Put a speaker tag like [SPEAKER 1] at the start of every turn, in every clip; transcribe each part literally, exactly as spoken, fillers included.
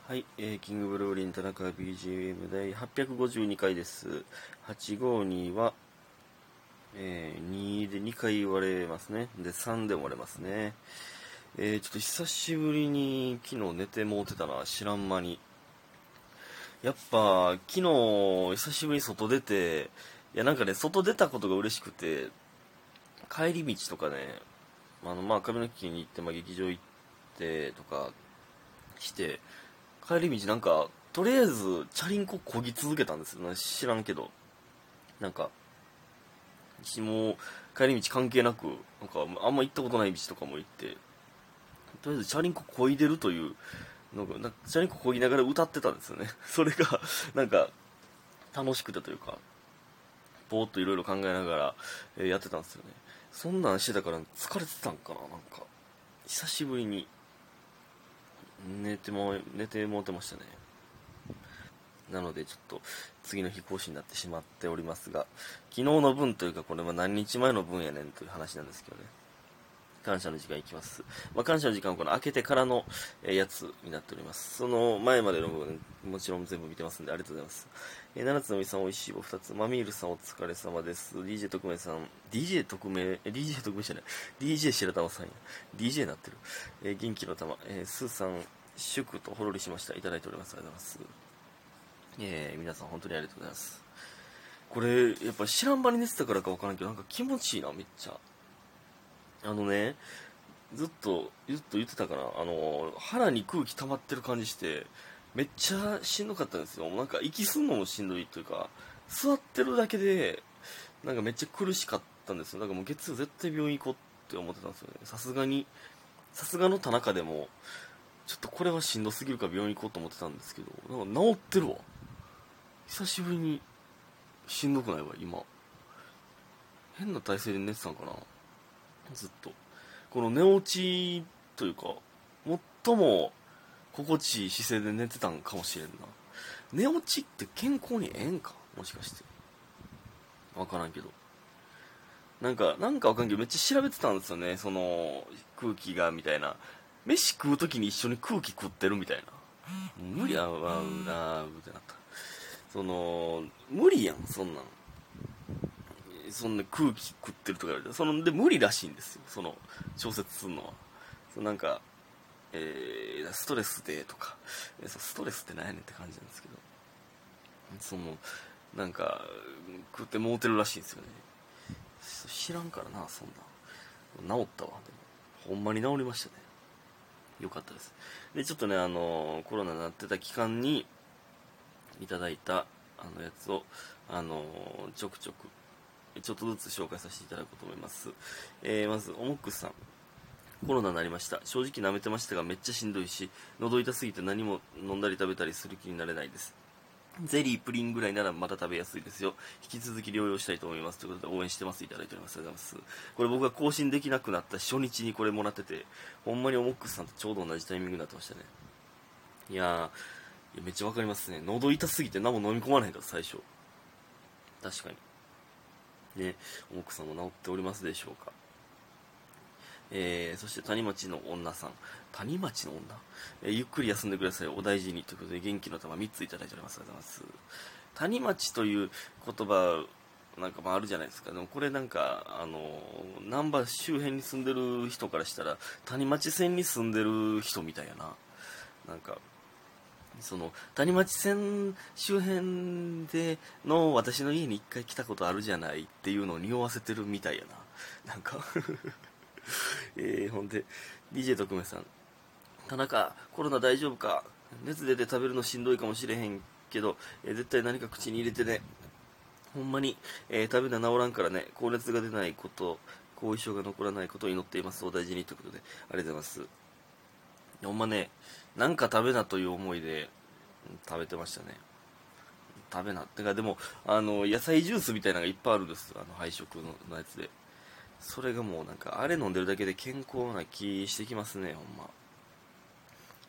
[SPEAKER 1] はい、えー、キングブルーリン田中 ビージーエム 第はっぴゃくごじゅうにかいです。はちごには、えー、にでにかい割れますね。で、さんでも割れますね。えー、ちょっと久しぶりに昨日寝てもうてたな、知らん間に。やっぱ、昨日久しぶりに外出て、いやなんかね、外出たことが嬉しくて、帰り道とかね、あの、まあ、髪の毛に行って、まあ、劇場行ってとかして、帰り道なんか、とりあえず、チャリンコ漕ぎ続けたんですよね。知らんけど。なんか、もう、帰り道関係なく、なんか、あんま行ったことない道とかも行って、とりあえずチャリンコ漕いでるというのが、なんかチャリンコ漕ぎながら歌ってたんですよね。それが、なんか、楽しくてというか、ぼーっといろいろ考えながら、えーやってたんですよね。そんなんしてたから疲れてたんかな、なんか。久しぶりに寝ても、寝てもうてましたね。なのでちょっと次の日更新になってしまっておりますが、昨日の分というかこれは何日前の分やねんという話なんですけどね。感謝の時間いきます。まあ、感謝の時間はこの開けてからの、えーやつになっております。その前までの部分、もちろん全部見てますんでありがとうございます。えー、七つのみさん、おいしい棒ふたつ。マミールさん、お疲れ様です。ディージェー 特命さん、ディージェー 特命、え、ディージェー 特命じゃない。ディージェー 白玉さんや。ディージェー なってる。えー、元気の玉。えー、スーさん、祝とほろりしました。いただいております。ありがとうございます。えー、皆さん本当にありがとうございます。これ、やっぱ知らん場に寝てたからかわからんけど、なんか気持ちいいな、めっちゃ。あのね、ずっと、ずっと言ってたかな、あの、腹に空気溜まってる感じして、めっちゃしんどかったんですよ。なんか息すんのもしんどいというか、座ってるだけで、なんかめっちゃ苦しかったんですよ。だからもう月曜絶対病院行こうって思ってたんですよね。さすがに、さすがの田中でも、ちょっとこれはしんどすぎるから病院行こうと思ってたんですけど、なんか治ってるわ。久しぶりにしんどくないわ、今。変な体勢で寝てたんかな、ずっと。この寝落ちというか、最も心地いい姿勢で寝てたんかもしれんな。寝落ちって健康にええんか、もしかして。わからんけど。なんか、なんかわかんけど、めっちゃ調べてたんですよね、その、空気が、みたいな。飯食うときに一緒に空気食ってるみたいな。無理やわ、うなーってなった。その、無理やん、そんなん。そんな空気食ってるとか言われて、そので無理らしいんですよ、その調節するのは。そのなんか、えー、ストレスでとか、えー、ストレスって何やねんって感じなんですけど、そのなんか食ってもうてるらしいんですよね。知らんからな、そんな。治ったわ。でもほんまに治りましたね。よかったです。でちょっとね、あのーコロナになってた期間にいただいたあのやつを、あのーちょくちょくちょっとずつ紹介させていただこうと思います。えー、まず、おもっくさん。コロナになりました。正直舐めてましたがめっちゃしんどいし、喉痛すぎて何も飲んだり食べたりする気になれないです。ゼリー、プリンぐらいならまた食べやすいですよ。引き続き療養したいと思います。ということで応援してます。いただいております。ありがとうございます。これ僕が更新できなくなった初日にこれもらってて、ほんまにおもっくさんとちょうど同じタイミングになってましたね。いやー、いやめっちゃわかりますね。喉痛すぎて何も飲み込まないから、最初。確かに。ね、おもっくさんも治っておりますでしょうか。えー、そして谷町の女さん。谷町の女、えー、ゆっくり休んでください。お大事に。ということで、元気の玉みっついただいております。ありがとうございます。谷町という言葉、なんかまああるじゃないですか。でもこれなんか、あの、難波周辺に住んでる人からしたら、谷町線に住んでる人みたいやな。なんか、その、谷町線周辺での私の家に一回来たことあるじゃないっていうのを匂わせてるみたいやな。なんかえー、ほんで、ディージェー 特命さん。田中、コロナ大丈夫か？熱出て食べるのしんどいかもしれへんけど、えー絶対何か口に入れてね。ほんまに、えー食べな治らんからね、高熱が出ないこと、後遺症が残らないことを祈っています。お大事にということで、ありがとうございます。ほんまね、なんか食べなという思いで、うん食べてましたね。食べな。てか、でも、あの、野菜ジュースみたいなのがいっぱいあるんです。あの、配食ののやつで。それがもうなんか、あれ飲んでるだけで健康な気してきますね、ほんま。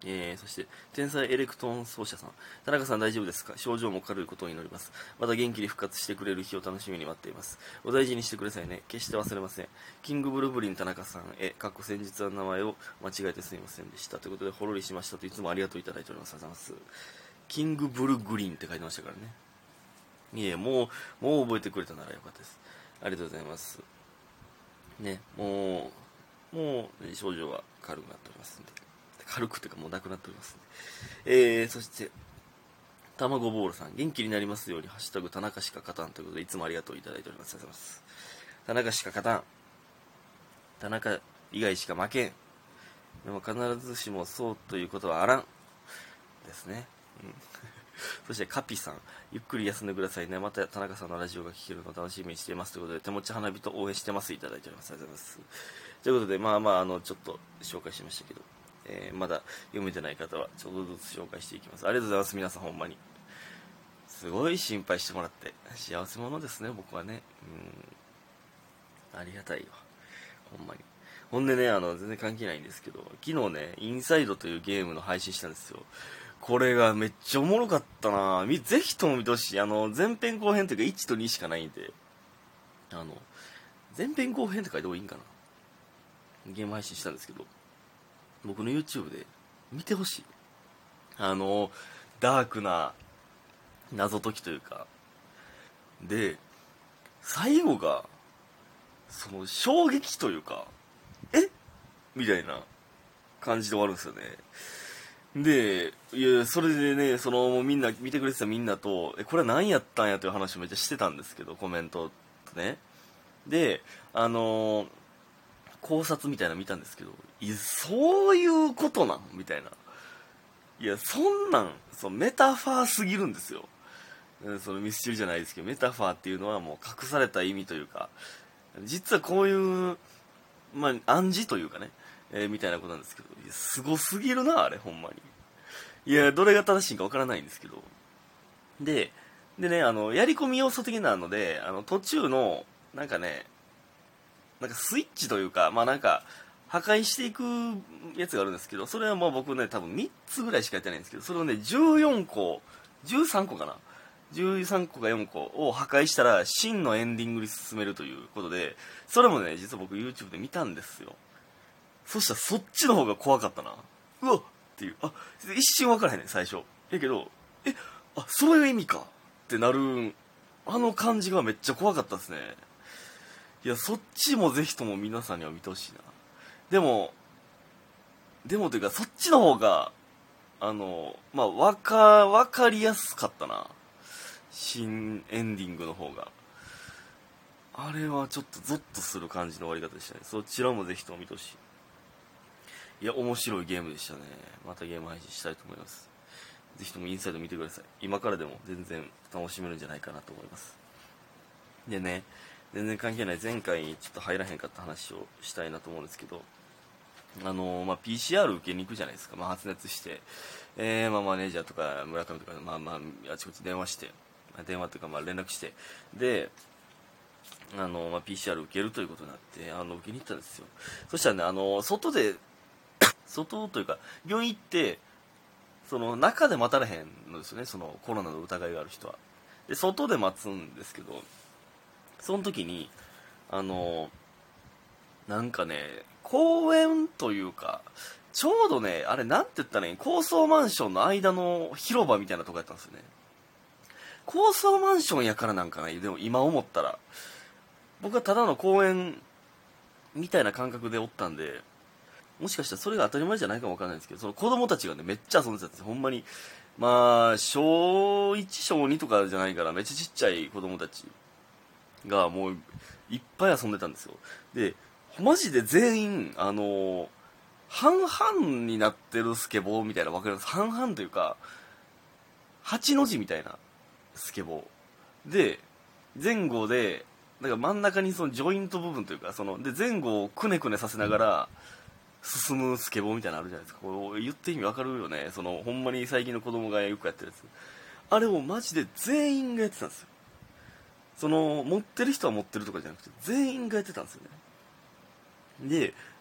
[SPEAKER 1] えー、そして天才エレクトーン奏者さん、田中さん大丈夫ですか？症状も軽いことを祈ります。また元気に復活してくれる日を楽しみに待っています。お大事にしてくださいね。決して忘れません。キングブルブリン田中さんへ、かっこ先日は名前を間違えてすみませんでした。ということで、ほろりしましたといつもありがとういただいております。ありがとうございます。キングブルグリーンって書いてましたからね。いえ、もう、もう覚えてくれたならよかったです。ありがとうございます。ね、もう、もう、症状は軽くなっておりますんで。軽くというかもうなくなっておりますんで。えー、そして、たまごボールさん、元気になりますように、ハッシュタグ田中しか勝たんということで、いつもありがとういただいております。ありがとうございます。田中しか勝たん。田中以外しか負けん。でも必ずしもそうということはあらん。ですね。うん。そしてカピさん、ゆっくり休んでくださいね。また田中さんのラジオが聴けるのを楽しみにしていますということで、手持ち花火と応援してますいただいております。ありがとうございます。ということで、まあまあ、あの、ちょっと紹介しましたけど、えー、まだ読めてない方はちょっとずつ紹介していきます。ありがとうございます。皆さんほんまに。すごい心配してもらって。幸せ者ですね、僕はね。うん。ありがたいわ。ほんまに。ほんでね、あの、全然関係ないんですけど、昨日ね、インサイドというゲームの配信したんですよ。これがめっちゃおもろかったなぁ。ぜひとも見てほしい。あの、前編後編というかいちとにしかないんで、あの、前編後編って書いた方がいいんかな。ゲーム配信したんですけど、僕の YouTube で見てほしい。あの、ダークな謎解きというか、で、最後が、その衝撃というか、えみたいな感じで終わるんですよね。で、いや、それでね、その、みんな、見てくれてたみんなと、え、これは何やったんやという話をめっちゃしてたんですけど、コメントとね。で、あのー、考察みたいなの見たんですけど、いや、そういうことなんみたいな。いや、そんなん、そう、メタファーすぎるんですよ。そのミスチルじゃないですけど、メタファーっていうのはもう隠された意味というか、実はこういう、まあ、暗示というかね、えー、みたいなことなんですけど、いや、すごすぎるな、あれ、ほんまに。いや、どれが正しいかわからないんですけど。で、でね、あの、やり込み要素的なので、あの、途中の、なんかね、なんかスイッチというか、まあなんか、破壊していくやつがあるんですけど、それはもう僕ね、多分みっつぐらいしかやってないんですけど、それをね、じゅうよんこ、じゅうさんこかな。じゅうさんこかよんこを破壊したら真のエンディングに進めるということで、それもね、実は僕 YouTube で見たんですよ。そしたらそっちの方が怖かったな。うわっっていう、あ、一瞬分からへんねん、最初。やけど、え、あ、そういう意味かってなる、あの感じがめっちゃ怖かったですね。いや、そっちもぜひとも皆さんには見てほしいな。でも、でもというか、そっちの方が、あの、まあ、わか、わかりやすかったな。新エンディングの方が。あれはちょっとゾッとする感じの終わり方でしたね。そちらもぜひとも見てほしい。いや、面白いゲームでしたね。またゲーム配信したいと思います。ぜひともインサイド見てください。今からでも全然楽しめるんじゃないかなと思います。でね、全然関係ない前回にちょっと入らへんかった話をしたいなと思うんですけど、あのー、まあ、ピーシーアール 受けに行くじゃないですか。まあ、発熱して、えー、まあ、マネージャーとか村上とか、まあまあ、あちこち電話して、電話というか、まあ、連絡して、で、あのー、まあ、ピーシーアール 受けるということになって、あの、受けに行ったんですよ。そしたらね、あのー、外で、外というか、病院行って、その、中で待たれへんのですよね、その、コロナの疑いがある人は。で、外で待つんですけど、その時に、あのー、なんかね、公園というか、ちょうどね、あれなんて言ったらいい、高層マンションの間の広場みたいなとこやったんですよね。高層マンションやからなんかな、でも今思ったら。僕はただの公園みたいな感覚でおったんで、もしかしたらそれが当たり前じゃないかもわからないんですけど、その子供たちがね、めっちゃ遊んでたんですよ。ほんまに。まあ、小いち、小にとかじゃないから、めっちゃちっちゃい子供たちがもういっぱい遊んでたんですよ。で、マジで全員、あのー、半々になってるスケボーみたいな、わかります？半々というか、八の字みたいなスケボー。で、前後で、なんか真ん中にそのジョイント部分というか、その、で、前後をくねくねさせながら、進むスケボーみたいなのあるじゃないですか。こう言って意味わかるよね。その、ほんまに最近の子供がよくやってるやつ。あれをマジで全員がやってたんですよ。その、持ってる人は持ってるとかじゃなくて、全員がやってたんですよね。で、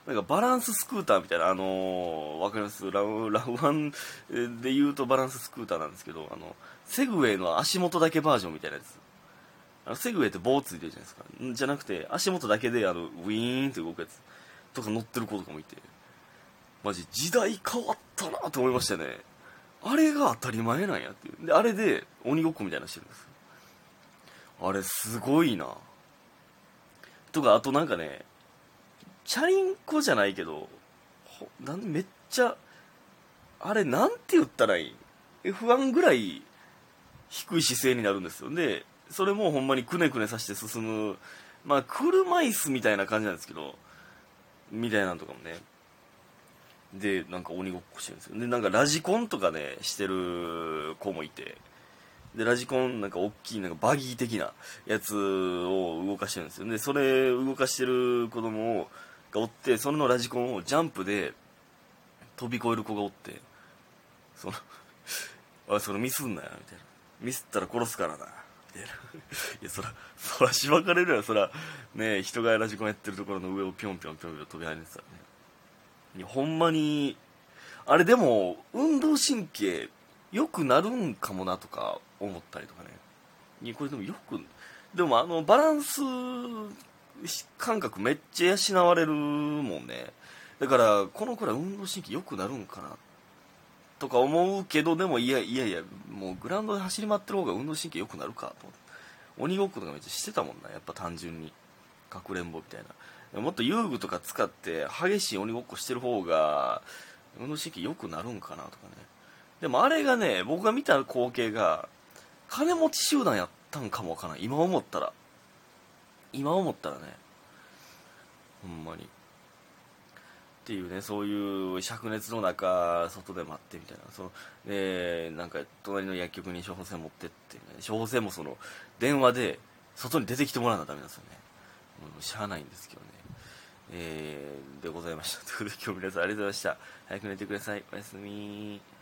[SPEAKER 1] なんかバランススクーターみたいな、あのー、わかります？ラウ、ラウワンで言うとバランススクーターなんですけど、あの、セグウェイの足元だけバージョンみたいなやつ。あのセグウェイって棒ついてるじゃないですか。じゃなくて、足元だけで、あの、ウィーンって動くやつとか乗ってる子とかもいて、マジ時代変わったなと思いましたね。あれが当たり前なんやっていう。で、あれで鬼ごっこみたいなのしてるんです。あれすごいな。とか、あとなんかね、チャリンコじゃないけど、なんめっちゃ、あれなんて言ったらいい？ エフワン ぐらい低い姿勢になるんですよ。で、それもほんまにくねくねさして進む、まあ車椅子みたいな感じなんですけど、みたいなのとかもね。で、なんか鬼ごっこしてるんですよ。で、なんかラジコンとかね、してる子もいて、で、ラジコン、なんか大きい、なんかバギー的なやつを動かしてるんですよ。で、それ動かしてる子供がおって、それのラジコンをジャンプで飛び越える子がおって、その、あ、それミスんなよ、みたいな。ミスったら殺すからな、みたいな。いや、そら、そらしばかれるやろ、そら、ね、人がラジコンやってるところの上をぴょんぴょんぴょんぴょん飛び跳ねてたらね。いや、ほんまに、あれでも、運動神経良くなるんかもなとか思ったりとかね。いや、これでもよく、でもあの、バランス感覚めっちゃ養われるもんね。だから、この子ら運動神経良くなるんかなとか思うけど、でもいやいやいや、もうグラウンドで走り回ってる方が運動神経良くなるかと思って。鬼ごっことかめっちゃしてたもんな、やっぱ単純に。かくれんぼみたいな。もっと遊具とか使って激しい鬼ごっこしてる方が運動神経良くなるんかなとかね。でもあれがね、僕が見た光景が金持ち集団やったんかもわからん。今思ったら今思ったらね、ほんまにっていうね、そういう灼熱の中外で待ってみたいな、そのでなんか隣の薬局に処方箋持ってって、ね、処方箋もその電話で外に出てきてもらわなダメなんですよね。うん、しゃあないんですけどね。えー、でございました。ということで今日皆さんありがとうございました。早く寝てください。おやすみ。